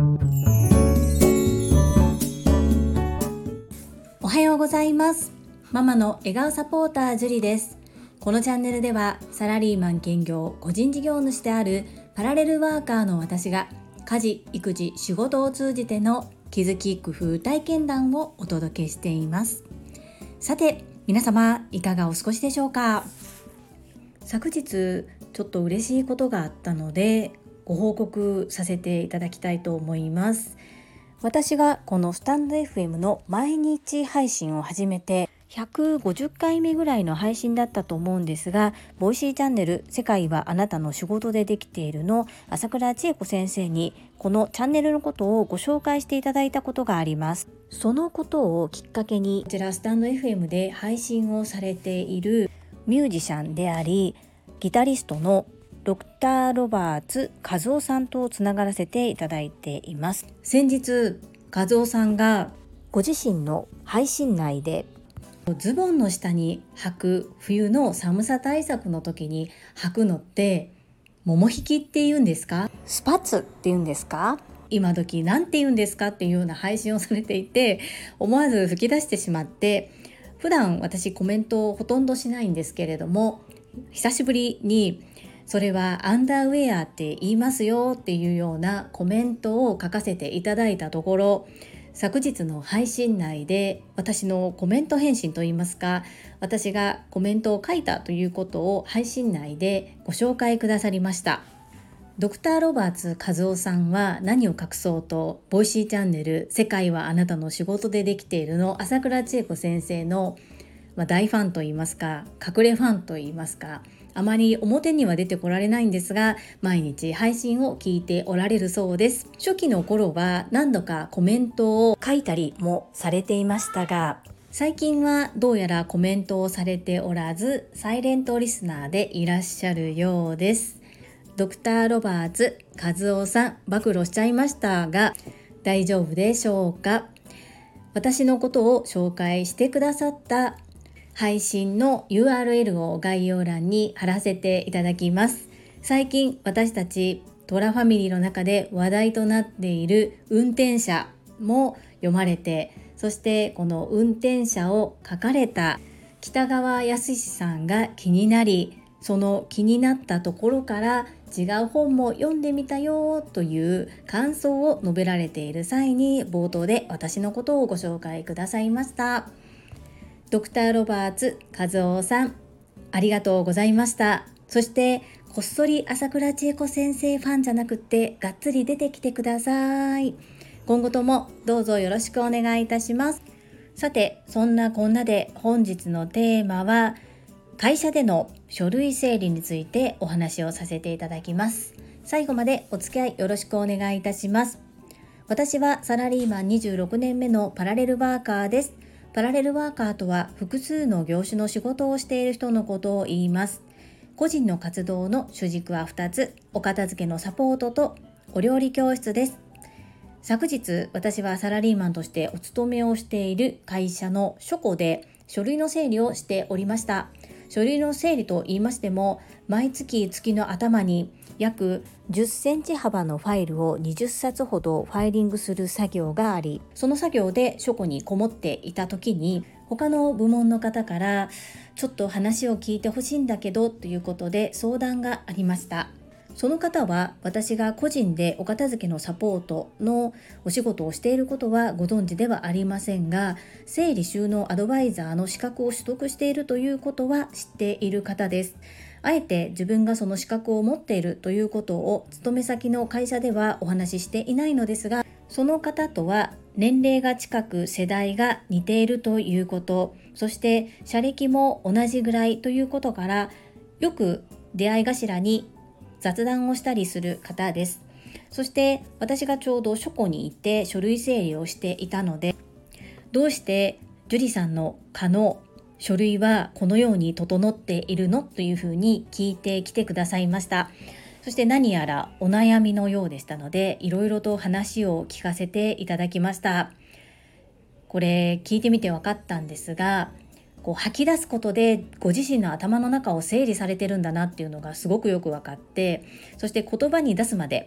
おはようございます。ママの笑顔サポータージュリです。このチャンネルではサラリーマン兼業個人事業主であるパラレルワーカーの私が家事・育児・仕事を通じての気づき・工夫・体験談をお届けしています。さて皆様いかがお過ごしでしょうか。昨日ちょっと嬉しいことがあったのでご報告させていただきたいと思います。私がこのスタンド FM の毎日配信を始めて150回目ぐらいの配信だったと思うんですが、ボイシーチャンネル世界はあなたの仕事でできているの朝倉千恵子先生にこのチャンネルのことをご紹介していただいたことがあります。そのことをきっかけにこちらスタンド FM で配信をされているミュージシャンでありギタリストのドクター・ロバーツ和夫さんとつながらせていただいています。先日和夫さんがご自身の配信内でズボンの下に履く冬の寒さ対策の時に履くのって桃引きって言うんですか、スパッツって言うんですか、今時なんて言うんですかっていうような配信をされていて、思わず吹き出してしまって、普段私コメントをほとんどしないんですけれども、久しぶりにそれはアンダーウェアって言いますよっていうようなコメントを書かせていただいたところ、昨日の配信内で私のコメント返信といいますか、私がコメントを書いたということを配信内でご紹介くださりました。ドクター・ロバーツ和夫さんは何を隠そうとボイシーチャンネル世界はあなたの仕事でできているの朝倉千恵子先生の大ファンといいますか隠れファンといいますか、あまり表には出てこられないんですが毎日配信を聞いておられるそうです。初期の頃は何度かコメントを書いたりもされていましたが、最近はどうやらコメントをされておらずサイレントリスナーでいらっしゃるようです。ドクター・ロバーツ和夫さん暴露しちゃいましたが大丈夫でしょうか。私のことを紹介してくださった配信の URL を概要欄に貼らせていただきます。最近私たちトラファミリーの中で話題となっている運転者も読まれて、そしてこの運転者を書かれた北川康さんが気になり、その気になったところから違う本も読んでみたよという感想を述べられている際に冒頭で私のことをご紹介くださいました。ドクター・ロバーツ和夫さんありがとうございました。そしてこっそり朝倉千恵子先生ファンじゃなくてがっつり出てきてください。今後ともどうぞよろしくお願いいたします。さてそんなこんなで本日のテーマは会社での書類整理についてお話をさせていただきます。最後までお付き合いよろしくお願いいたします。私はサラリーマン26年目のパラレルワーカーです。パラレルワーカーとは複数の業種の仕事をしている人のことを言います。個人の活動の主軸は2つ、お片付けのサポートとお料理教室です。昨日私はサラリーマンとしてお勤めをしている会社の書庫で書類の整理をしておりました。書類の整理と言いましても毎月月の頭に約10センチ幅のファイルを20冊ほどファイリングする作業があり、その作業で書庫にこもっていた時に他の部門の方からちょっと話を聞いてほしいんだけどということで相談がありました。その方は私が個人でお片付けのサポートのお仕事をしていることはご存知ではありませんが、整理収納アドバイザーの資格を取得しているということは知っている方です。あえて自分がその資格を持っているということを勤め先の会社ではお話ししていないのですが、その方とは年齢が近く世代が似ているということ、そして社歴も同じぐらいということからよく出会い頭に雑談をしたりする方です。そして私がちょうど書庫に行って書類整理をしていたので、どうしてジュリさんの課の書類はこのように整っているのというふうに聞いてきてくださいました。そして何やらお悩みのようでしたのでいろいろと話を聞かせていただきました。これ聞いてみて分かったんですが、吐き出すことでご自身の頭の中を整理されてるんだなっていうのがすごくよく分かって、そして言葉に出すまで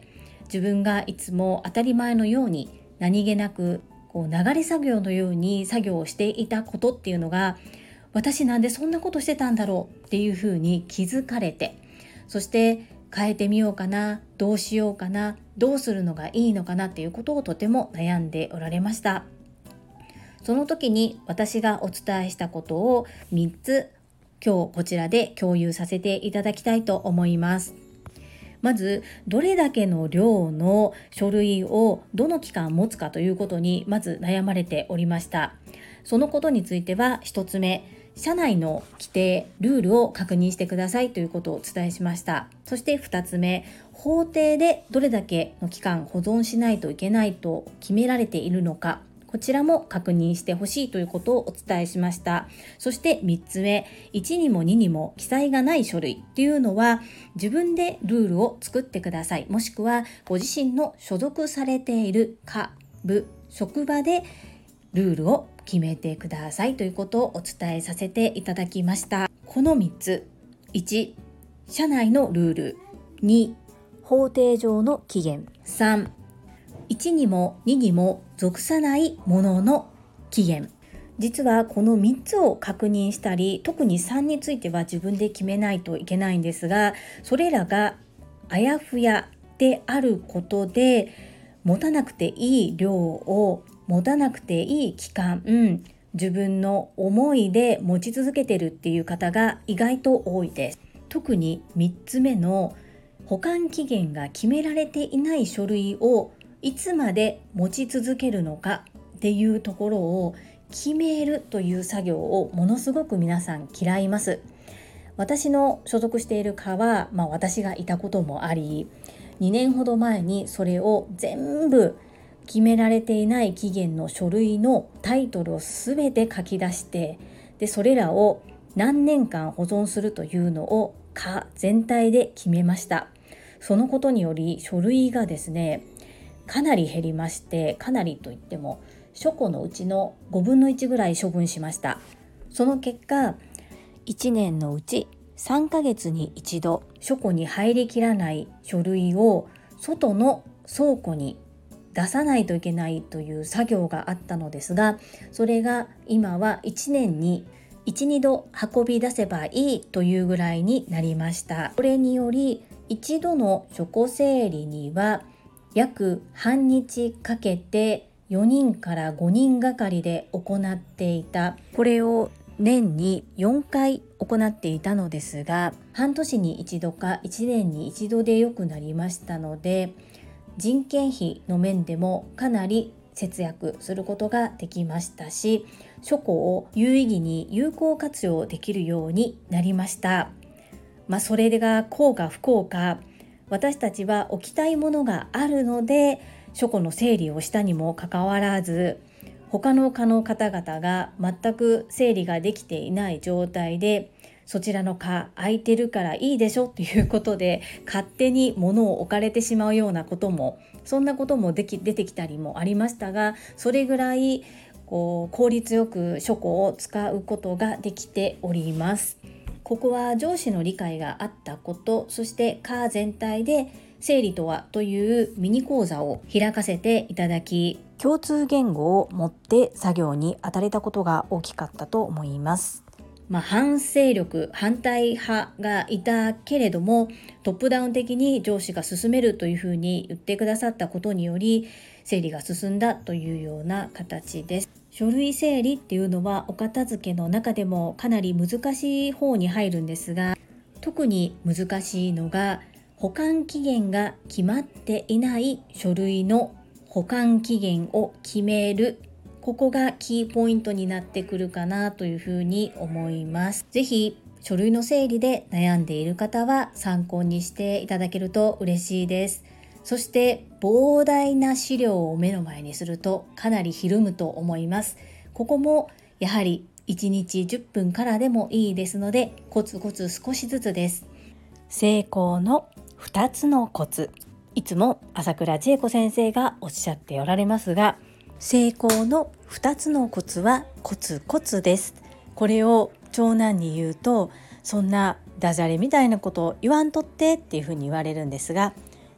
自分がいつも当たり前のように何気なく流れ作業のように作業をしていたことっていうのが、私なんでそんなことしてたんだろうっていうふうに気づかれて、そして変えてみようかな、どうしようかな、どうするのがいいのかなっていうことをとても悩んでおられました。その時に私がお伝えしたことを3つ今日こちらで共有させていただきたいと思います。まず、どれだけの量の書類をどの期間持つかということにまず悩まれておりました。そのことについては1つ目、社内の規定、ルールを確認してくださいということをお伝えしました。そして2つ目、法定でどれだけの期間保存しないといけないと決められているのか、こちらも確認してほしいということをお伝えしました。そして3つ目、1にも2にも記載がない書類っていうのは自分でルールを作ってください。もしくはご自身の所属されている課、部、職場でルールを決めてくださいということをお伝えさせていただきました。この3つ、1、社内のルール、2、法定上の期限、3、1にも2にも属さないものの期限。実はこの3つを確認したり、特に3については自分で決めないといけないんですが、それらがあやふやであることで、持たなくていい量を持たなくていい期間、自分の思いで持ち続けてるっていう方が意外と多いです。特に3つ目の保管期限が決められていない書類をいつまで持ち続けるのかっていうところを決めるという作業をものすごく皆さん嫌います。私の所属している課は、私がいたこともあり、2年ほど前にそれを全部決められていない期限の書類のタイトルをすべて書き出して、でそれらを何年間保存するというのを課全体で決めました。そのことにより書類がですね、かなり減りまして、かなりといっても書庫のうちの5分の1ぐらい処分しました。その結果、1年のうち3ヶ月に一度書庫に入りきらない書類を外の倉庫に出さないといけないという作業があったのですが、それが今は1年に 1,2 度運び出せばいいというぐらいになりました。これにより一度の書庫整理には約半日かけて4人から5人がかりで行っていた、これを年に4回行っていたのですが、半年に一度か1年に一度でよくなりましたので、人件費の面でもかなり節約することができましたし、書庫を有意義に有効活用できるようになりました。それが幸か不幸か、私たちは置きたいものがあるので書庫の整理をしたにもかかわらず、他の課の方々が全く整理ができていない状態で、そちらの課空いてるからいいでしょということで勝手に物を置かれてしまうようなことも、そんなことも出てきたりもありましたが、それぐらい効率よく書庫を使うことができております。ここは上司の理解があったこと、そして課全体で整理とはというミニ講座を開かせていただき、共通言語を持って作業に当たれたことが大きかったと思います。反勢力、反対派がいたけれども、トップダウン的に上司が進めるというふうに言ってくださったことにより整理が進んだというような形です。書類整理っていうのはお片付けの中でもかなり難しい方に入るんですが、特に難しいのが保管期限が決まっていない書類の保管期限を決める、ここがキーポイントになってくるかなというふうに思います。ぜひ書類の整理で悩んでいる方は参考にしていただけると嬉しいです。そして膨大な資料を目の前にするとかなりひるむと思います。ここもやはり1日10分からでもいいですので、コツコツ少しずつです。成功の2つのコツ、いつも朝倉千恵子先生がおっしゃっておられますが、成功の2つのコツはコツコツです。これを長男に言うと、そんなダジャレみたいなことを言わんとってっていうふうに言われるんですが、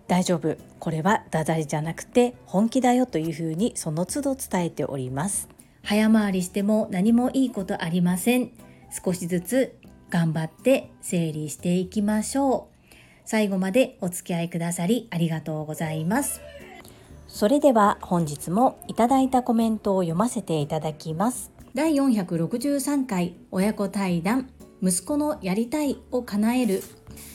大丈夫、これはダジャレじゃなくて本気だよというふうにその都度伝えております。早回りしても何もいいことありません。少しずつ頑張って整理していきましょう。最後までお付き合いくださりありがとうございます。それでは本日もいただいたコメントを読ませていただきます。第463回親子対談、息子のやりたいを叶える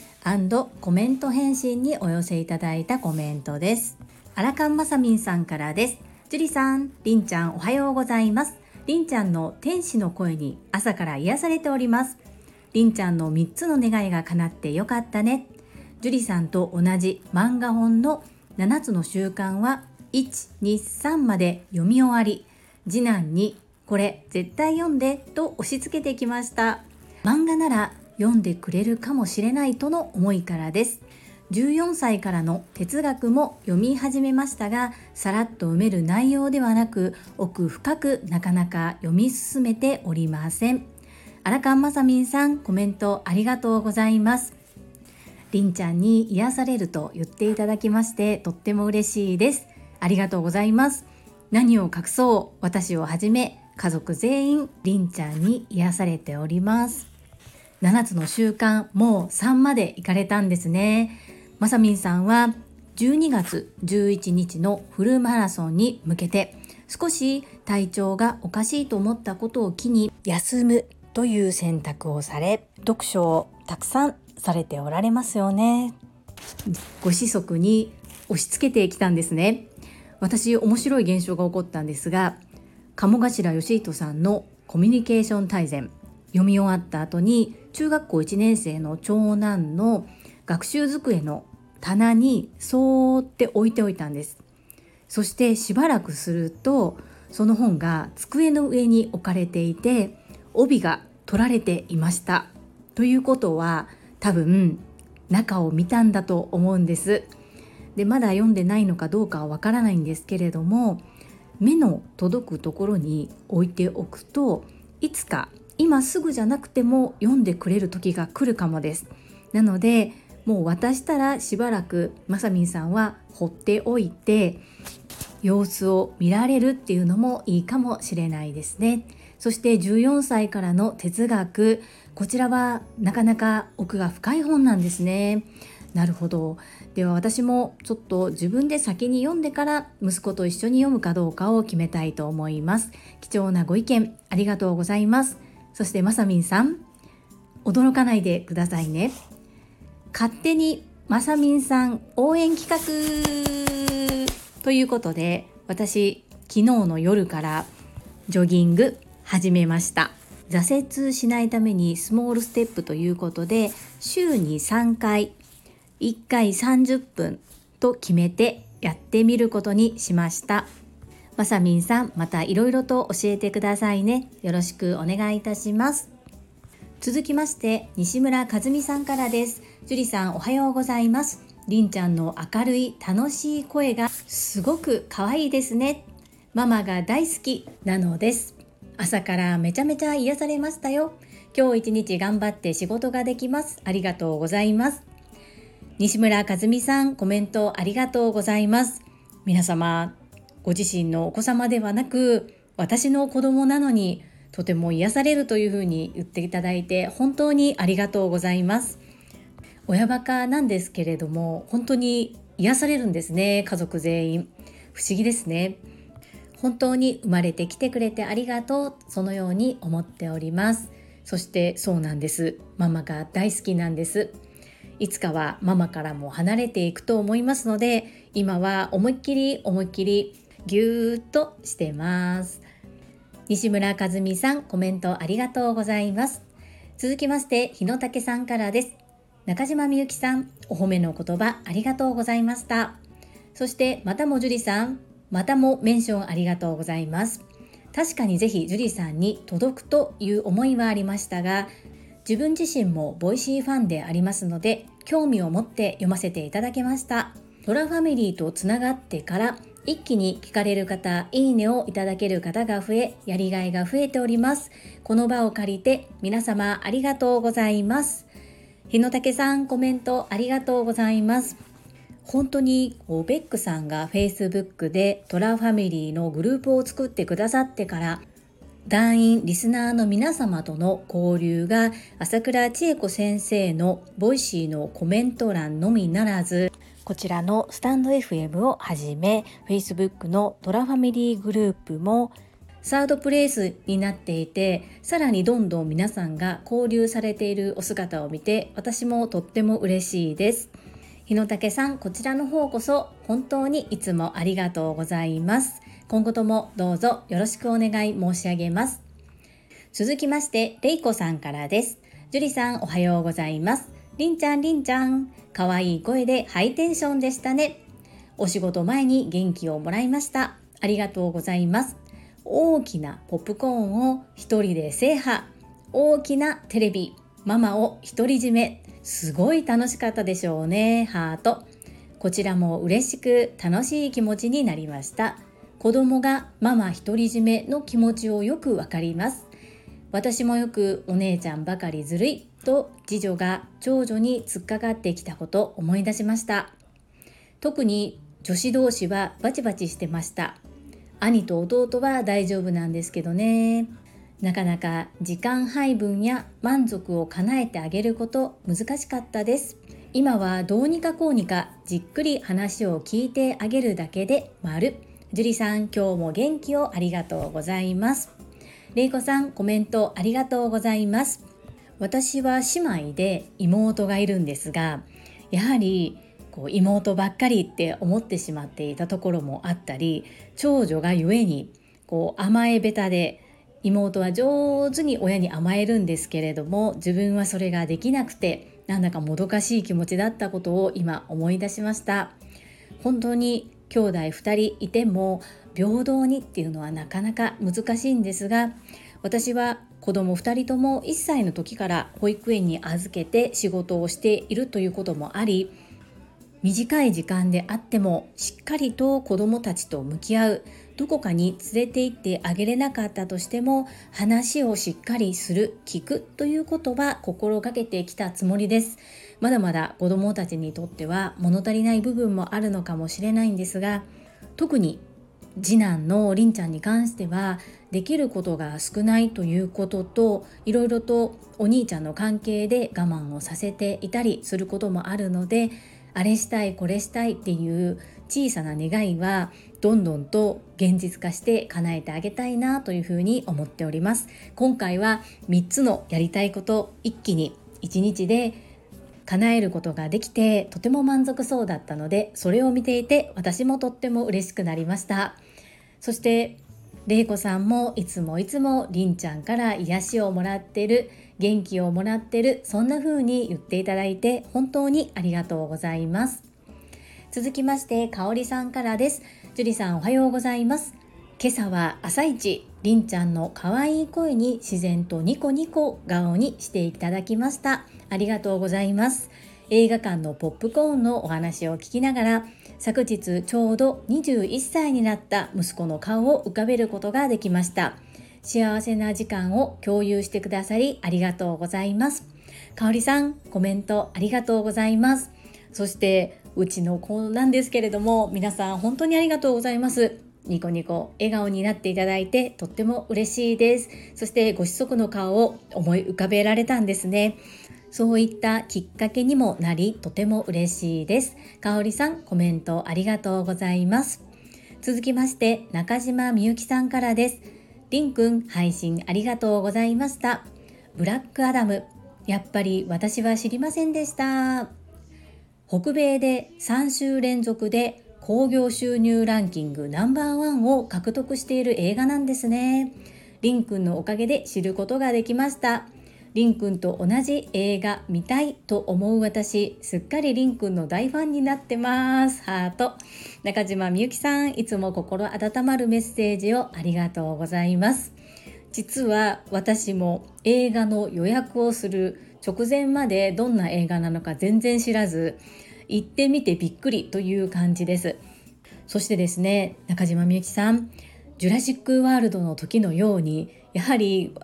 &コメント返信にお寄せいただいたコメントです。アラカンマサミンさんからです。ジュリさん、りんちゃんおはようございます。りんちゃんの天使の声に朝から癒されております。りんちゃんの3つの願いが叶ってよかったね。ジュリさんと同じ漫画本の7つの習慣は1、2、3まで読み終わり、次男にこれ絶対読んでと押し付けてきました。漫画なら読んでくれるかもしれないとの思いからです。14歳からの哲学も読み始めましたが、さらっと読める内容ではなく、奥深くなかなか読み進めておりません。アラカンマサミンさん、コメントありがとうございます。りんちゃんに癒されると言っていただきまして、とっても嬉しいです。ありがとうございます。何を隠そう、私をはじめ家族全員りんちゃんに癒されております。7つの習慣、もう3まで行かれたんですね。まさみんさんは12月11日のフルマラソンに向けて、少し体調がおかしいと思ったことを機に休むという選択をされ、読書をたくさんされておられますよね。ご子息に押し付けてきたんですね。私、面白い現象が起こったんですが、鴨頭義人さんのコミュニケーション大全読み終わった後に、中学校1年生の長男の学習机の棚にそーって置いておいたんです。そしてしばらくすると、その本が机の上に置かれていて、帯が取られていました。ということは、多分中を見たんだと思うんです。で、まだ読んでないのかどうかはわからないんですけれども、目の届くところに置いておくと、いつか今すぐじゃなくても読んでくれる時が来るかもです。なので、もう渡したらしばらくまさみんさんは放っておいて、様子を見られるっていうのもいいかもしれないですね。そして14歳からの哲学、こちらはなかなか奥が深い本なんですね。なるほど。では私もちょっと自分で先に読んでから息子と一緒に読むかどうかを決めたいと思います。貴重なご意見ありがとうございます。そしてまさみんさん、驚かないでくださいね。勝手にまさみんさん応援企画ということで、私昨日の夜からジョギング始めました。挫折しないためにスモールステップということで、週に3回1回30分と決めてやってみることにしました。まさみんさん、またいろいろと教えてくださいね。よろしくお願いいたします。続きまして西村和美さんからです。ジュリさん、おはようございます。りんちゃんの明るい楽しい声がすごく可愛いですね。ママが大好きなのです。朝からめちゃめちゃ癒されましたよ。今日一日頑張って仕事ができます。ありがとうございます。西村和美さん、コメントありがとうございます。皆様、ご自身のお子様ではなく、私の子供なのにとても癒されるというふうに言っていただいて、本当にありがとうございます。親バカなんですけれども、本当に癒されるんですね。家族全員。不思議ですね。本当に生まれてきてくれてありがとう、そのように思っております。そしてそうなんです。ママが大好きなんです。いつかはママからも離れていくと思いますので、今は思いっきりぎゅーっとしてます。西村和美さん、コメントありがとうございます。続きまして日野武さんからです。中島みゆきさん、お褒めの言葉ありがとうございました。そしてまたもジュリさん、またもメンションありがとうございます。確かにぜひジュリさんに届くという思いはありましたが、自分自身もボイシーファンでありますので、興味を持って読ませていただきました。トラファミリーとつながってから一気に聞かれる方、いいねをいただける方が増え、やりがいが増えております。この場を借りて皆様ありがとうございます。日野武さん、コメントありがとうございます。 本当にベックさんが Facebook でトラファミリーのグループを作ってくださってから、団員リスナーの皆様との交流が朝倉千恵子先生のボイシーのコメント欄のみならず、こちらのスタンド FM をはじめ Facebook のトラファミリーグループもサードプレイスになっていて、さらにどんどん皆さんが交流されているお姿を見て、私もとっても嬉しいです。日野武さん、こちらの方こそ本当にいつもありがとうございます。今後ともどうぞよろしくお願い申し上げます。続きましてれいこさんからです。ジュリさん、おはようございます。りんちゃん、かわいい声でハイテンションでしたね。お仕事前に元気をもらいました。ありがとうございます。大きなポップコーンを一人で制覇、大きなテレビ、ママを独り占め、すごい楽しかったでしょうね。ハート。こちらも嬉しく楽しい気持ちになりました。子供がママ独り占めの気持ちをよくわかります。私もよくお姉ちゃんばかりずるいと次女が長女に突っかかってきたことを思い出しました。特に女子同士はバチバチしてました。兄と弟は大丈夫なんですけどね。なかなか時間配分や満足を叶えてあげること難しかったです。今はどうにかこうにかじっくり話を聞いてあげるだけで丸。ジュリさん、今日も元気をありがとうございます。れいこさん、コメントありがとうございます。私は姉妹で妹がいるんですが、やはり妹ばっかりって思ってしまっていたところもあったり、長女がゆえに甘えべたで、妹は上手に親に甘えるんですけれども、自分はそれができなくて、なんだかもどかしい気持ちだったことを今思い出しました。本当に兄弟2人いても平等にっていうのはなかなか難しいんですが、私は子供2人とも1歳の時から保育園に預けて仕事をしているということもあり、短い時間であってもしっかりと子どもたちと向き合う、どこかに連れて行ってあげれなかったとしても話をしっかりする、聞くということは心がけてきたつもりです。まだまだ子どもたちにとっては物足りない部分もあるのかもしれないんですが、特に次男のりんちゃんに関してはできることが少ないということと、いろいろとお兄ちゃんの関係で我慢をさせていたりすることもあるので、あれしたいこれしたいっていう小さな願いはどんどんと現実化して叶えてあげたいなというふうに思っております。今回は3つのやりたいこと一気に1日で叶えることができて、とても満足そうだったので、それを見ていて私もとっても嬉しくなりました。そしてれいこさんもいつもりんちゃんから癒しをもらってる、元気をもらってる、そんな風に言っていただいて本当にありがとうございます。続きましてかおりさんからです。ジュリさん、おはようございます。今朝は朝一、りんちゃんの可愛い声に自然とニコニコ顔にしていただきました。ありがとうございます。映画館のポップコーンのお話を聞きながら、昨日ちょうど21歳になった息子の顔を浮かべることができました。幸せな時間を共有してくださりありがとうございます。かおりさん、コメントありがとうございます。そしてうちの子なんですけれども、皆さん本当にありがとうございます。ニコニコ笑顔になっていただいてとっても嬉しいです。そしてご子息の顔を思い浮かべられたんですね。そういったきっかけにもなり、とても嬉しいです。かおりさん、コメントありがとうございます。続きまして中島みゆきさんからです。りんくん、配信ありがとうございました。ブラックアダム、やっぱり私は知りませんでした。北米で3週連続で興行収入ランキングナンバーワンを獲得している映画なんですね。りんくんのおかげで知ることができました。りんくんと同じ映画見たいと思う私、すっかりりんくんの大ファンになってます。ハート。中島みゆきさん、いつも心温まるメッセージをありがとうございます。実は私も映画の予約をする直前までどんな映画なのか全然知らず、行ってみてびっくりという感じです。そしてですね、中島みゆきさん、ジュラシックワールドの時のように、やはり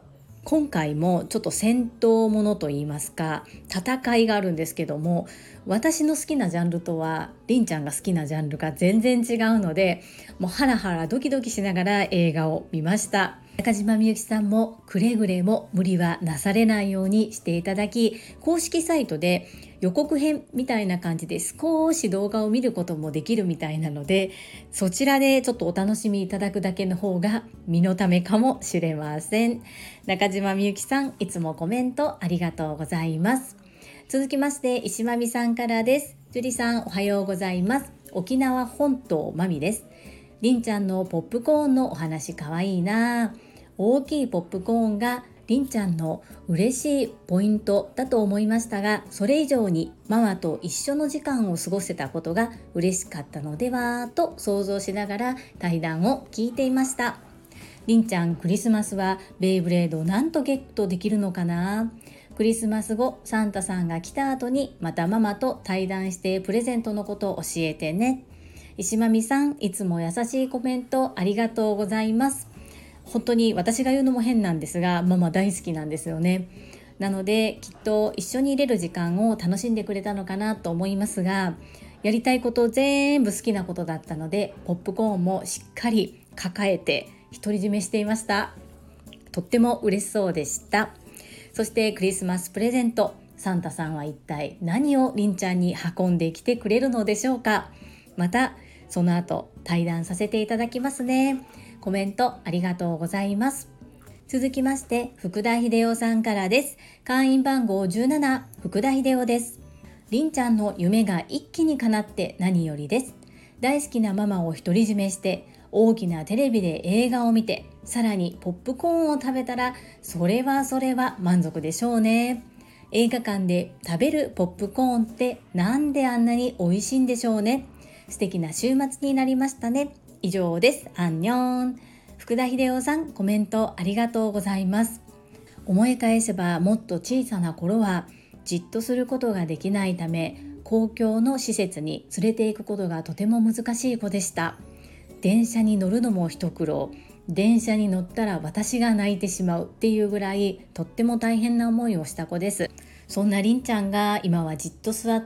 今回もちょっと戦闘ものといいますか戦いがあるんですけども、私の好きなジャンルとはりんちゃんが好きなジャンルが全然違うので、もうハラハラドキドキしながら映画を見ました。中島みゆきさんもくれぐれも無理はなされないようにしていただき、公式サイトで予告編みたいな感じで少し動画を見ることもできるみたいなので、そちらでちょっとお楽しみいただくだけの方が身のためかもしれません。中島みゆきさん、いつもコメントありがとうございます。続きまして石まみさんからです。樹里さん、おはようございます。沖縄本島まみです。りんちゃんのポップコーンのお話かわいいな。大きいポップコーンがりんちゃんの嬉しいポイントだと思いましたが、それ以上にママと一緒の時間を過ごせたことが嬉しかったのではと想像しながら対談を聞いていました。りんちゃん、クリスマスはベイブレードなんとゲットできるのかな。クリスマス後サンタさんが来た後にまたママと対談してプレゼントのことを教えてね。石まみさん、いつも優しいコメントありがとうございます。本当に私が言うのも変なんですが、ママ大好きなんですよね。なのできっと一緒にいれる時間を楽しんでくれたのかなと思いますが、やりたいこと全部好きなことだったので、ポップコーンもしっかり抱えて独り占めしていました。とっても嬉しそうでした。そしてクリスマスプレゼント、サンタさんは一体何をりんちゃんに運んできてくれるのでしょうか。またその後対談させていただきますね。コメントありがとうございます。続きまして福田秀夫さんからです。会員番号17、福田秀夫です。りんちゃんの夢が一気に叶って何よりです。大好きなママを独り占めして大きなテレビで映画を見て、さらにポップコーンを食べたらそれは満足でしょうね。映画館で食べるポップコーンってなんであんなに美味しいんでしょうね。素敵な週末になりましたね。以上です。アンニョン。福田秀夫さん、コメントありがとうございます。思い返せばもっと小さな頃はじっとすることができないため、公共の施設に連れて行くことがとても難しい子でした。電車に乗るのも一苦労、電車に乗ったら私が泣いてしまうっていうぐらいとっても大変な思いをした子です。そんなりんちゃんが今はじっと座って、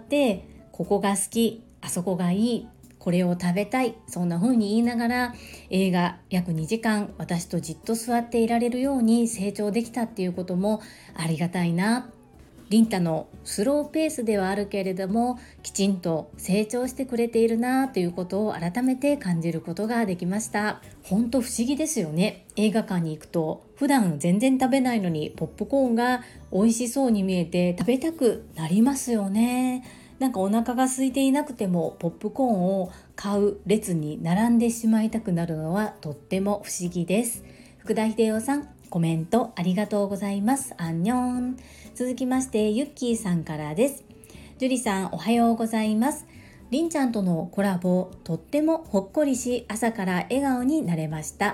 ここが好き、あそこがいい、これを食べたい、そんな風に言いながら映画約2時間私とじっと座っていられるように成長できたっていうこともありがたいな。りんたのスローペースではあるけれどもきちんと成長してくれているなということを改めて感じることができました。本当不思議ですよね。映画館に行くと普段全然食べないのにポップコーンが美味しそうに見えて食べたくなりますよね。なんかお腹が空いていなくてもポップコーンを買う列に並んでしまいたくなるのはとっても不思議です。福田秀夫さん、コメントありがとうございます。アンニョン。続きましてゆっきーさんからです。ジュリさん、おはようございます。りんちゃんとのコラボとってもほっこりし、朝から笑顔になれました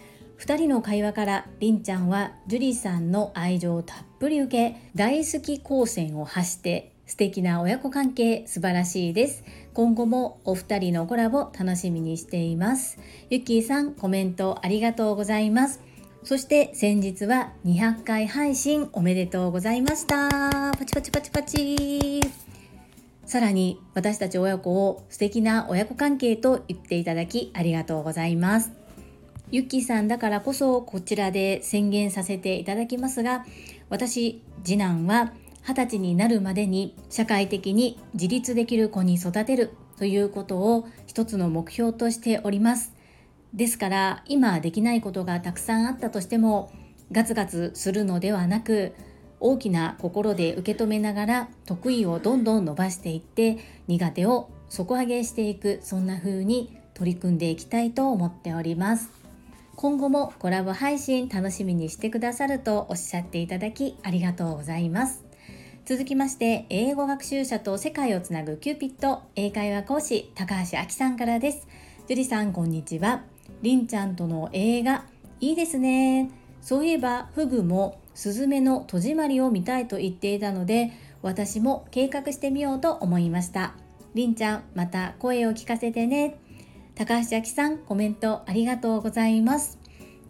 。2人の会話からりんちゃんはジュリさんの愛情をたっぷり受け、大好き光線を発して素敵な親子関係、素晴らしいです。今後もお二人のコラボ楽しみにしています。ゆっきーさん、コメントありがとうございます。そして先日は200回配信おめでとうございました。パチパチパチパチ。さらに私たち親子を素敵な親子関係と言っていただきありがとうございます。ゆっきーさんだからこそこちらで宣言させていただきますが、私次男は20歳になるまでに社会的に自立できる子に育てるということを一つの目標としております。ですから今できないことがたくさんあったとしてもガツガツするのではなく、大きな心で受け止めながら得意をどんどん伸ばしていって苦手を底上げしていく、そんな風に取り組んでいきたいと思っております。今後もコラボ配信楽しみにしてくださるとおっしゃっていただきありがとうございます。続きまして英語学習者と世界をつなぐキューピット英会話講師高橋明さんからです。ジュリさん、こんにちは。りんちゃんとの映画いいですね。そういえばフグもスズメの戸締まりを見たいと言っていたので私も計画してみようと思いました。りんちゃん、また声を聞かせてね。高橋明さん、コメントありがとうございます。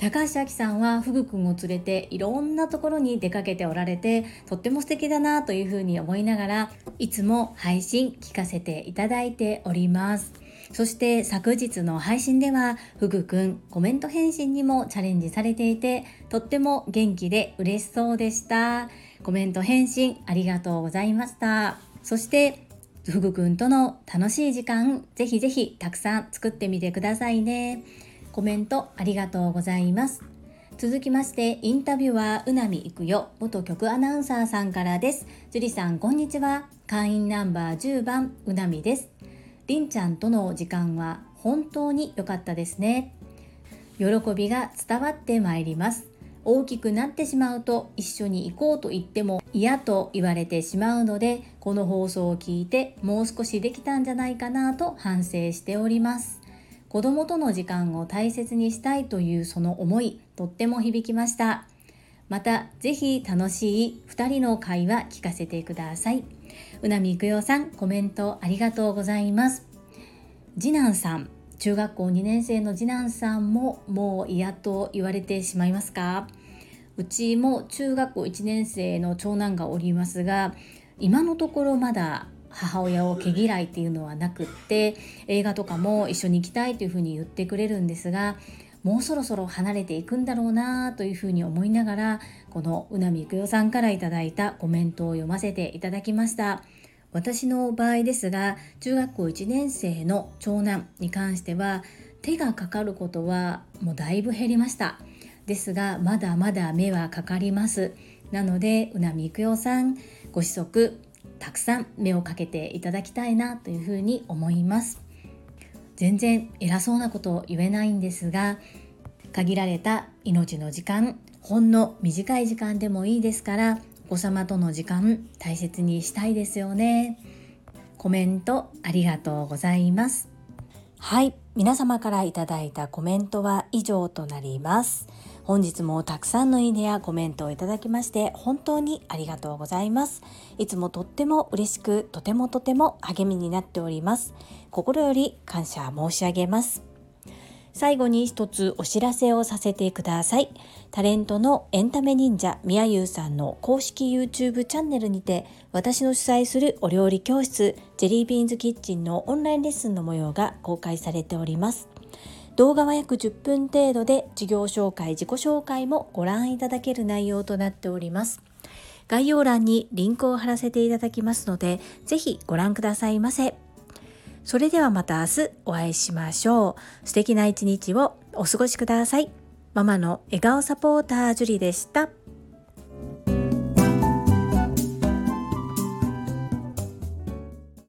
高橋明さんはフグくんを連れていろんなところに出かけておられて、とっても素敵だなというふうに思いながら、いつも配信聞かせていただいております。そして昨日の配信ではフグくんコメント返信にもチャレンジされていて、とっても元気で嬉しそうでした。コメント返信ありがとうございました。そしてフグくんとの楽しい時間、ぜひぜひたくさん作ってみてくださいね。コメントありがとうございます。続きましてインタビュアーうなみいくよ元局アナウンサーさんからです。樹里さんこんにちは。会員ナンバー10番うなみです。りんちゃんとの時間は本当に良かったですね。喜びが伝わってまいります。大きくなってしまうと一緒に行こうと言っても嫌と言われてしまうので、この放送を聞いてもう少しできたんじゃないかなと反省しております。子供との時間を大切にしたいというその思い、とっても響きました。またぜひ楽しい2人の会話聞かせてください。うなみいくよさん、コメントありがとうございます。次男さん、中学校2年生の次男さんももう嫌と言われてしまいますか？うちも中学校1年生の長男がおりますが、今のところまだ母親を毛嫌いっていうのはなくって、映画とかも一緒に行きたいというふうに言ってくれるんですが、もうそろそろ離れていくんだろうなというふうに思いながら、このうなみいくよさんからいただいたコメントを読ませていただきました。私の場合ですが、中学校1年生の長男に関しては手がかかることはもうだいぶ減りました。ですがまだまだ目はかかります。なのでうなみいくよさん、ご子息たくさん目をかけていただきたいなというふうに思います。全然偉そうなことを言えないんですが、限られた命の時間、ほんの短い時間でもいいですから、お子様との時間大切にしたいですよね。コメントありがとうございます。はい、皆様からいただいたコメントは以上となります。本日もたくさんのいいねやコメントをいただきまして本当にありがとうございます。いつもとっても嬉しく、とても励みになっております。心より感謝申し上げます。最後に一つお知らせをさせてください。タレントのエンタメ忍者みやゆうさんの公式 YouTube チャンネルにて、私の主催するお料理教室ジェリービーンズキッチンのオンラインレッスンの模様が公開されております。動画は約10分程度で、授業紹介、自己紹介もご覧いただける内容となっております。概要欄にリンクを貼らせていただきますので、ぜひご覧くださいませ。それではまた明日お会いしましょう。素敵な一日をお過ごしください。ママの笑顔サポータージュリでした。